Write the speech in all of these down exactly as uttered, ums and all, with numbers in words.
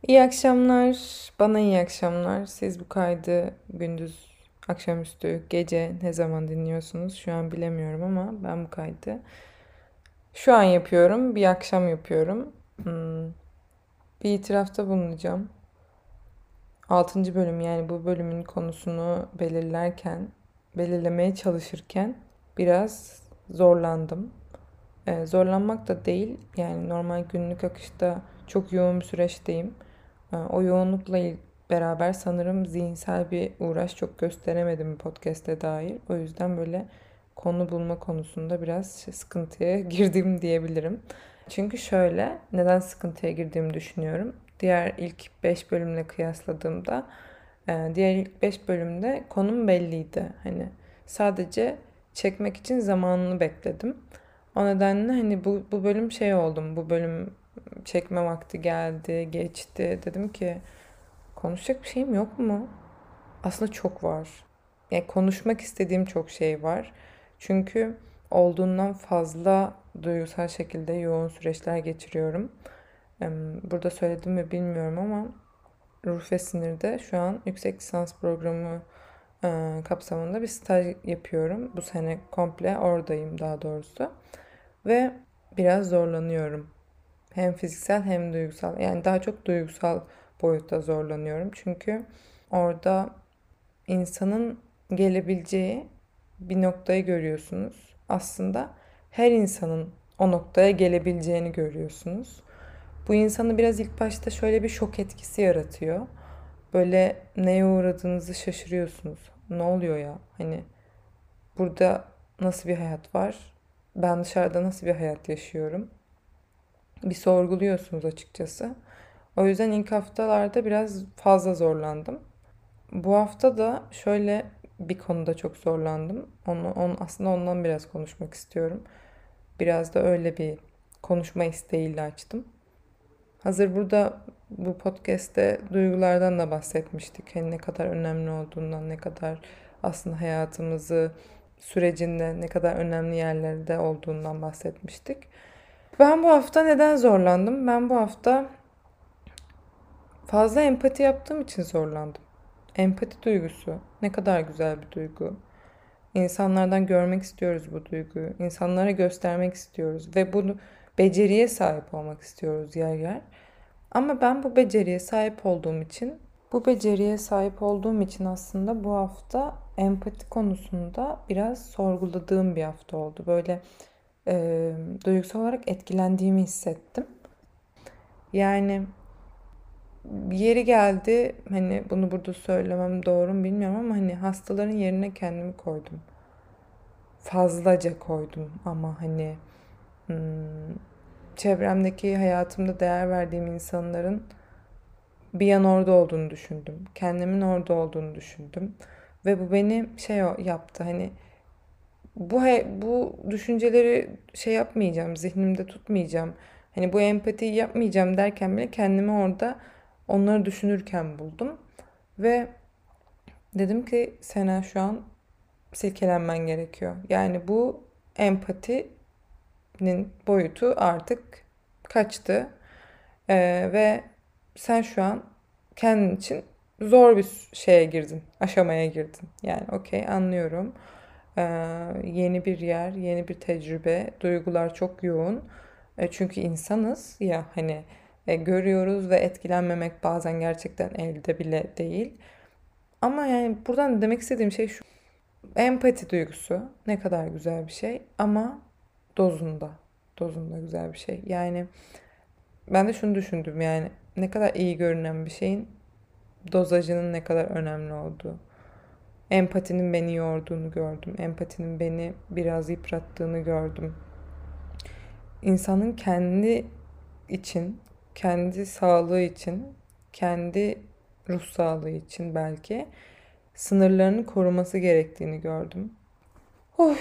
İyi akşamlar. Bana iyi akşamlar. Siz bu kaydı gündüz, akşamüstü, gece ne zaman dinliyorsunuz? Şu an bilemiyorum ama ben bu kaydı şu an yapıyorum. Bir akşam yapıyorum. Hmm, Bir itirafta bulunacağım. Altıncı bölüm, yani bu bölümün konusunu belirlerken, belirlemeye çalışırken biraz zorlandım. Ee, zorlanmak da değil, yani normal günlük akışta çok yoğun bir süreçteyim. Ee, O yoğunlukla beraber sanırım zihinsel bir uğraş çok gösteremedim podcast'e dair. O yüzden böyle konu bulma konusunda biraz sıkıntıya girdim diyebilirim. Çünkü şöyle, neden sıkıntıya girdiğimi düşünüyorum. Diğer ilk beş bölümle kıyasladığımda, e, diğer ilk beş bölümde konum belliydi. Hani sadece çekmek için zamanını bekledim. O nedenle hani bu, bu bölüm şey oldum. Bu bölüm çekme vakti geldi, geçti. Dedim ki konuşacak bir şeyim yok mu? Aslında çok var. Yani konuşmak istediğim çok şey var. Çünkü olduğundan fazla duygusal şekilde yoğun süreçler geçiriyorum. Burada söyledim mi bilmiyorum ama Ruh ve Sinir'de şu an yüksek lisans programı e, kapsamında bir staj yapıyorum. Bu sene komple oradayım daha doğrusu. Ve biraz zorlanıyorum. Hem fiziksel hem duygusal. Yani daha çok duygusal boyutta zorlanıyorum. Çünkü orada insanın gelebileceği bir noktayı görüyorsunuz. Aslında her insanın o noktaya gelebileceğini görüyorsunuz. Bu insanı biraz ilk başta şöyle bir şok etkisi yaratıyor. Böyle neye uğradığınızı şaşırıyorsunuz. Ne oluyor ya? Hani burada nasıl bir hayat var? Ben dışarıda nasıl bir hayat yaşıyorum? Bir sorguluyorsunuz açıkçası. O yüzden ilk haftalarda biraz fazla zorlandım. Bu hafta da şöyle bir konuda çok zorlandım. Onu, onu aslında ondan biraz konuşmak istiyorum. Biraz da öyle bir konuşma isteğiyle açtım. Hazır burada bu podcast'te duygulardan da bahsetmiştik. Hani ne kadar önemli olduğundan, ne kadar aslında hayatımızı sürecinde ne kadar önemli yerlerde olduğundan bahsetmiştik. Ben bu hafta neden zorlandım? Ben bu hafta fazla empati yaptığım için zorlandım. Empati duygusu ne kadar güzel bir duygu. İnsanlardan görmek istiyoruz bu duyguyu. İnsanlara göstermek istiyoruz ve bunu beceriye sahip olmak istiyoruz yer yer. Ama ben bu beceriye sahip olduğum için, bu beceriye sahip olduğum için aslında bu hafta empati konusunda biraz sorguladığım bir hafta oldu. Böyle e, duygusal olarak etkilendiğimi hissettim. Yani yeri geldi, hani bunu burada söylemem doğru mu bilmiyorum ama hani hastaların yerine kendimi koydum. Fazlaca koydum ama hani hmm, çevremdeki hayatımda değer verdiğim insanların bir an orada olduğunu düşündüm. Kendimin orada olduğunu düşündüm. Ve bu beni şey yaptı, hani bu bu düşünceleri şey yapmayacağım, zihnimde tutmayacağım. Hani bu empatiyi yapmayacağım derken bile kendimi orada onları düşünürken buldum. Ve dedim ki Sena, şu an silkelenmen gerekiyor. Yani bu empatinin boyutu artık kaçtı. Ee, ve sen şu an kendin için zor bir şeye girdin, aşamaya girdin. Yani okey, anlıyorum. Ee, Yeni bir yer, yeni bir tecrübe, duygular çok yoğun. E, çünkü insanız ya, hani e, görüyoruz ve etkilenmemek bazen gerçekten elde bile değil. Ama yani buradan demek istediğim şey şu. Empati duygusu ne kadar güzel bir şey ama dozunda. Dozunda güzel bir şey. Yani ben de şunu düşündüm, yani ne kadar iyi görünen bir şeyin dozajının ne kadar önemli olduğu. Empatinin beni yorduğunu gördüm. Empatinin beni biraz yıprattığını gördüm. İnsanın kendi için, kendi sağlığı için, kendi ruh sağlığı için belki sınırlarını koruması gerektiğini gördüm. Of,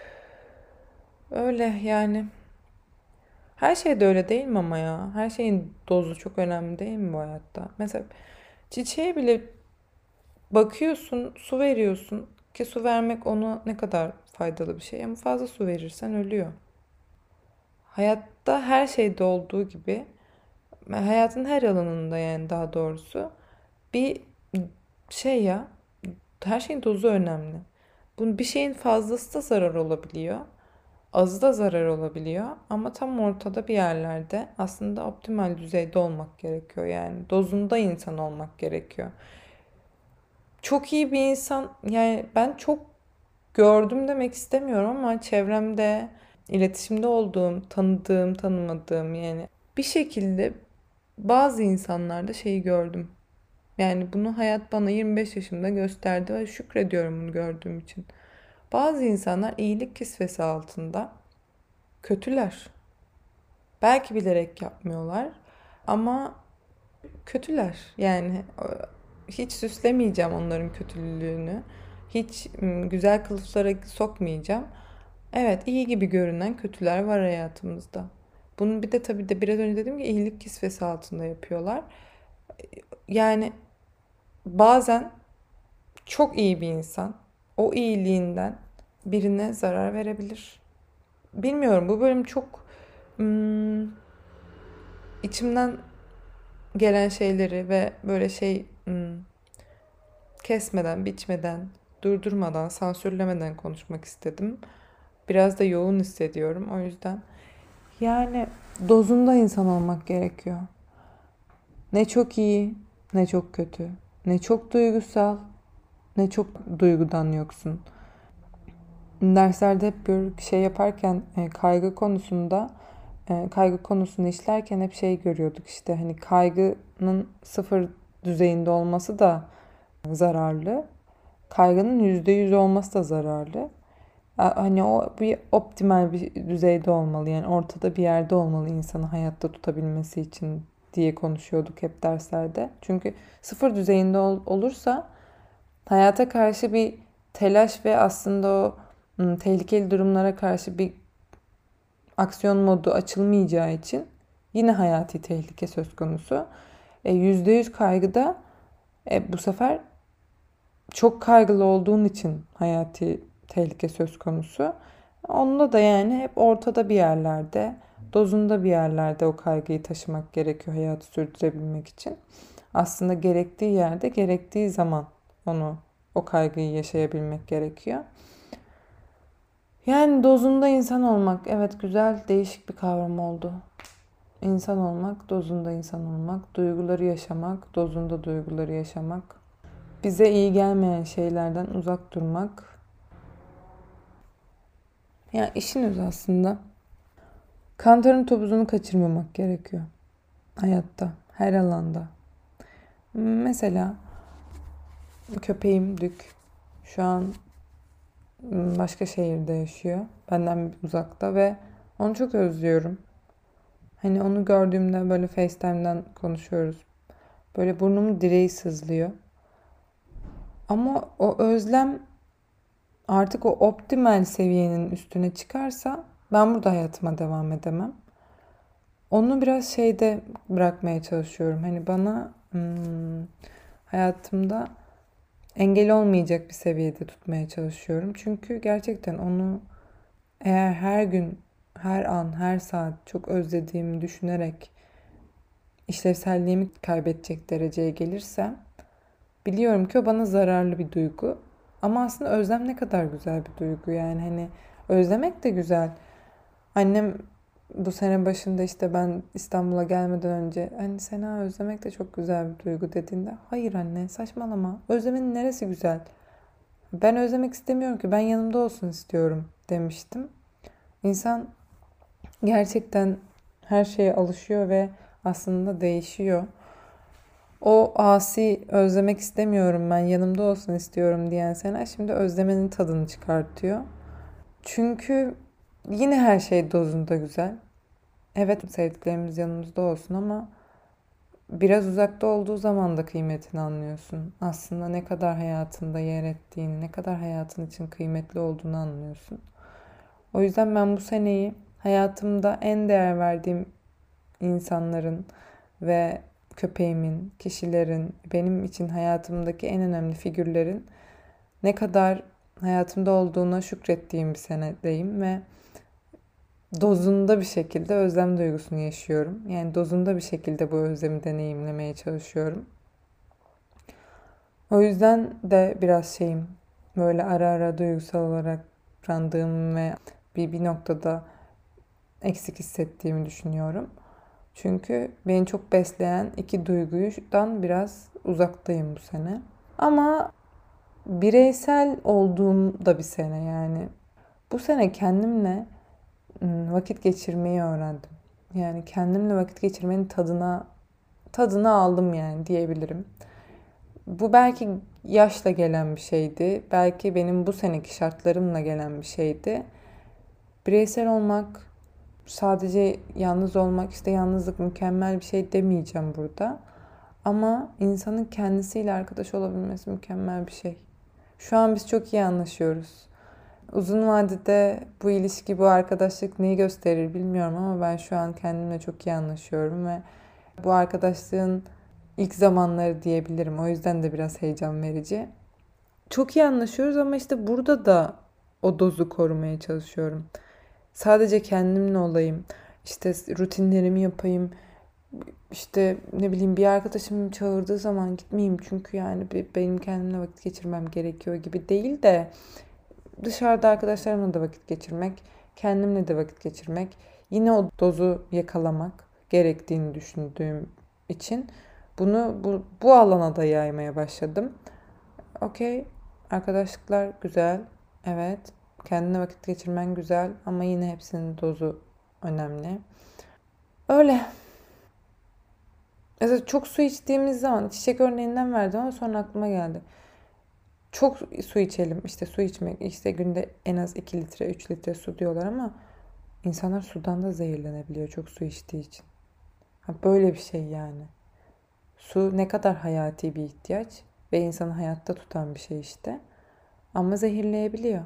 öyle yani. Her şey de öyle değil mi ama ya? Her şeyin dozu çok önemli değil mi bu hayatta? Mesela çiçeğe bile bakıyorsun, su veriyorsun ki su vermek ona ne kadar faydalı bir şey, ama fazla su verirsen ölüyor. Hayatta her şeyde olduğu gibi hayatın her alanında yani daha doğrusu bir şey ya, her şeyin dozu önemli. Bu bir şeyin fazlası da zarar olabiliyor. Azı da zarar olabiliyor ama tam ortada bir yerlerde aslında optimal düzeyde olmak gerekiyor yani. Dozunda insan olmak gerekiyor. Çok iyi bir insan yani ben çok gördüm demek istemiyorum ama çevremde iletişimde olduğum, tanıdığım, tanımadığım yani bir şekilde bazı insanlarda şeyi gördüm. Yani bunu hayat bana yirmi beş yaşımda gösterdi ve şükrediyorum bunu gördüğüm için. Bazı insanlar iyilik kisvesi altında kötüler. Belki bilerek yapmıyorlar ama kötüler. Yani hiç süslemeyeceğim onların kötülüğünü. Hiç güzel kılıflara sokmayacağım. Evet, iyi gibi görünen kötüler var hayatımızda. Bunun bir de tabii de biraz önce dediğim gibi iyilik kisvesi altında yapıyorlar. Yani bazen çok iyi bir insan o iyiliğinden birine zarar verebilir. Bilmiyorum, bu bölüm çok hmm, içimden gelen şeyleri ve böyle şey hmm, kesmeden, biçmeden, durdurmadan, sansürlemeden konuşmak istedim. Biraz da yoğun hissediyorum o yüzden. Yani dozunda insan olmak gerekiyor. Ne çok iyi, ne çok kötü. Ne çok duygusal, ne çok duygudan yoksun. Derslerde hep bir şey yaparken e, kaygı konusunda e, kaygı konusunu işlerken hep şey görüyorduk işte hani kaygının sıfır düzeyinde olması da zararlı. Kaygının yüzde yüz olması da zararlı. Hani o bir optimal bir düzeyde olmalı. Yani ortada bir yerde olmalı insanı hayatta tutabilmesi için diye konuşuyorduk hep derslerde. Çünkü sıfır düzeyinde ol, olursa hayata karşı bir telaş ve aslında o ım, tehlikeli durumlara karşı bir aksiyon modu açılmayacağı için yine hayati tehlike söz konusu. E, yüzde yüz kaygıda e, bu sefer çok kaygılı olduğun için hayati tehlike söz konusu. Onda da yani hep ortada bir yerlerde, dozunda bir yerlerde o kaygıyı taşımak gerekiyor hayatı sürdürebilmek için. Aslında gerektiği yerde, gerektiği zaman onu, o kaygıyı yaşayabilmek gerekiyor. Yani dozunda insan olmak, evet güzel, değişik bir kavram oldu. İnsan olmak, dozunda insan olmak, duyguları yaşamak, dozunda duyguları yaşamak. Bize iyi gelmeyen şeylerden uzak durmak. Yani işin özü aslında. Kantarın topuzunu kaçırmamak gerekiyor. Hayatta, her alanda. Mesela köpeğim Dük şu an başka şehirde yaşıyor. Benden uzakta ve onu çok özlüyorum. Hani onu gördüğümde böyle FaceTime'dan konuşuyoruz. Böyle burnumun direği sızlıyor. Ama o özlem artık o optimal seviyenin üstüne çıkarsa ben burada hayatıma devam edemem. Onu biraz şeyde bırakmaya çalışıyorum. Hani bana hmm, hayatımda engel olmayacak bir seviyede tutmaya çalışıyorum. Çünkü gerçekten onu eğer her gün, her an, her saat çok özlediğimi düşünerek işlevselliğimi kaybedecek dereceye gelirsem biliyorum ki o bana zararlı bir duygu. Ama aslında özlem ne kadar güzel bir duygu yani hani özlemek de güzel. Annem bu sene başında işte ben İstanbul'a gelmeden önce hani Sena özlemek de çok güzel bir duygu dediğinde hayır anne saçmalama özlemenin neresi güzel? Ben özlemek istemiyorum ki ben yanımda olsun istiyorum demiştim. İnsan gerçekten her şeye alışıyor ve aslında değişiyor. O asi özlemek istemiyorum ben yanımda olsun istiyorum diyen Sena şimdi özlemenin tadını çıkartıyor. Çünkü yine her şey dozunda güzel. Evet sevdiklerimiz yanımızda olsun ama biraz uzakta olduğu zaman da kıymetini anlıyorsun. Aslında ne kadar hayatında yer ettiğini, ne kadar hayatın için kıymetli olduğunu anlıyorsun. O yüzden ben bu seneyi hayatımda en değer verdiğim insanların ve köpeğimin, kişilerin, benim için hayatımdaki en önemli figürlerin ne kadar hayatımda olduğuna şükrettiğim bir senedeyim ve dozunda bir şekilde özlem duygusunu yaşıyorum. Yani dozunda bir şekilde bu özlemi deneyimlemeye çalışıyorum. O yüzden de biraz şeyim, böyle ara ara duygusal olarak randığım ve bir, bir noktada eksik hissettiğimi düşünüyorum. Çünkü beni çok besleyen iki duygudan biraz uzaktayım bu sene. Ama bireysel olduğum da bir sene yani. Bu sene kendimle vakit geçirmeyi öğrendim. Yani kendimle vakit geçirmenin tadına tadını aldım yani diyebilirim. Bu belki yaşla gelen bir şeydi. Belki benim bu seneki şartlarımla gelen bir şeydi. Bireysel olmak, sadece yalnız olmak, işte yalnızlık mükemmel bir şey demeyeceğim burada. Ama insanın kendisiyle arkadaş olabilmesi mükemmel bir şey. Şu an biz çok iyi anlaşıyoruz. Uzun vadede bu ilişki, bu arkadaşlık neyi gösterir bilmiyorum ama ben şu an kendimle çok iyi anlaşıyorum ve bu arkadaşlığın ilk zamanları diyebilirim. O yüzden de biraz heyecan verici. Çok iyi anlaşıyoruz ama işte burada da o dozu korumaya çalışıyorum. Sadece kendimle olayım. İşte rutinlerimi yapayım. İşte ne bileyim bir arkadaşım çağırdığı zaman gitmeyeyim. Çünkü yani benim kendimle vakit geçirmem gerekiyor gibi değil de dışarıda arkadaşlarımla da vakit geçirmek, kendimle de vakit geçirmek, yine o dozu yakalamak gerektiğini düşündüğüm için bunu bu, bu alana da yaymaya başladım. Okey, arkadaşlıklar güzel, evet. Kendine vakit geçirmen güzel ama yine hepsinin dozu önemli. Öyle. Mesela çok su içtiğimiz zaman, çiçek örneğinden verdim ama sonra aklıma geldi. Çok su içelim. İşte su içmek, işte günde en az iki litre, üç litre su diyorlar ama insanlar sudan da zehirlenebiliyor çok su içtiği için. Ha, böyle bir şey yani. Su ne kadar hayati bir ihtiyaç ve insanı hayatta tutan bir şey işte. Ama zehirleyebiliyor.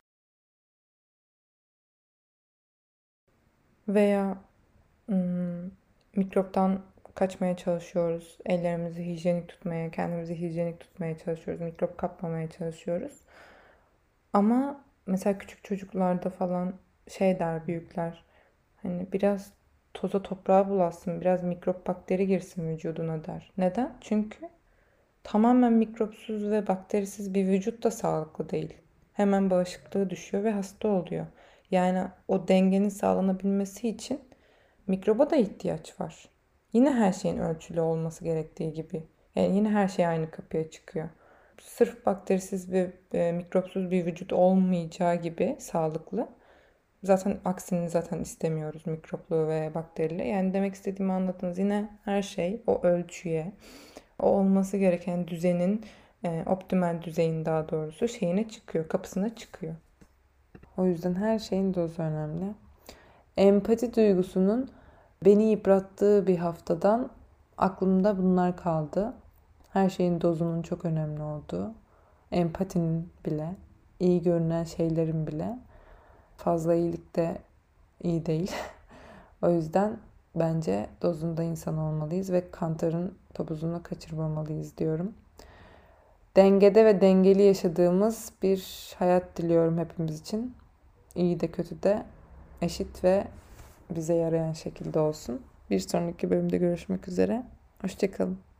Veya hmm, mikroptan kaçmaya çalışıyoruz. Ellerimizi hijyenik tutmaya, kendimizi hijyenik tutmaya çalışıyoruz. Mikrop kapmamaya çalışıyoruz. Ama mesela küçük çocuklarda falan şey der büyükler. Hani biraz toza toprağa bulaşsın, biraz mikrop bakteri girsin vücuduna der. Neden? Çünkü tamamen mikropsuz ve bakterisiz bir vücut da sağlıklı değil. Hemen bağışıklığı düşüyor ve hasta oluyor. Yani o dengenin sağlanabilmesi için mikroba da ihtiyaç var. Yine her şeyin ölçülü olması gerektiği gibi. Yani yine her şey aynı kapıya çıkıyor. Sırf bakterisiz ve e, mikropsuz bir vücut olmayacağı gibi sağlıklı. Zaten aksini zaten istemiyoruz mikroplu ve bakterili. Yani demek istediğimi anladınız. Yine her şey o ölçüye, o olması gereken düzenin e, optimal düzeyin daha doğrusu şeyine çıkıyor, kapısına çıkıyor. O yüzden her şeyin dozu önemli. Empati duygusunun beni yıprattığı bir haftadan aklımda bunlar kaldı. Her şeyin dozunun çok önemli olduğu, empatinin bile, iyi görünen şeylerin bile fazla iyilik de iyi değil. O yüzden bence dozunda insan olmalıyız ve kantarın topuzunu kaçırmamalıyız diyorum. Dengede ve dengeli yaşadığımız bir hayat diliyorum hepimiz için. İyi de kötü de eşit ve bize yarayan şekilde olsun. Bir sonraki bölümde görüşmek üzere. Hoşça kalın.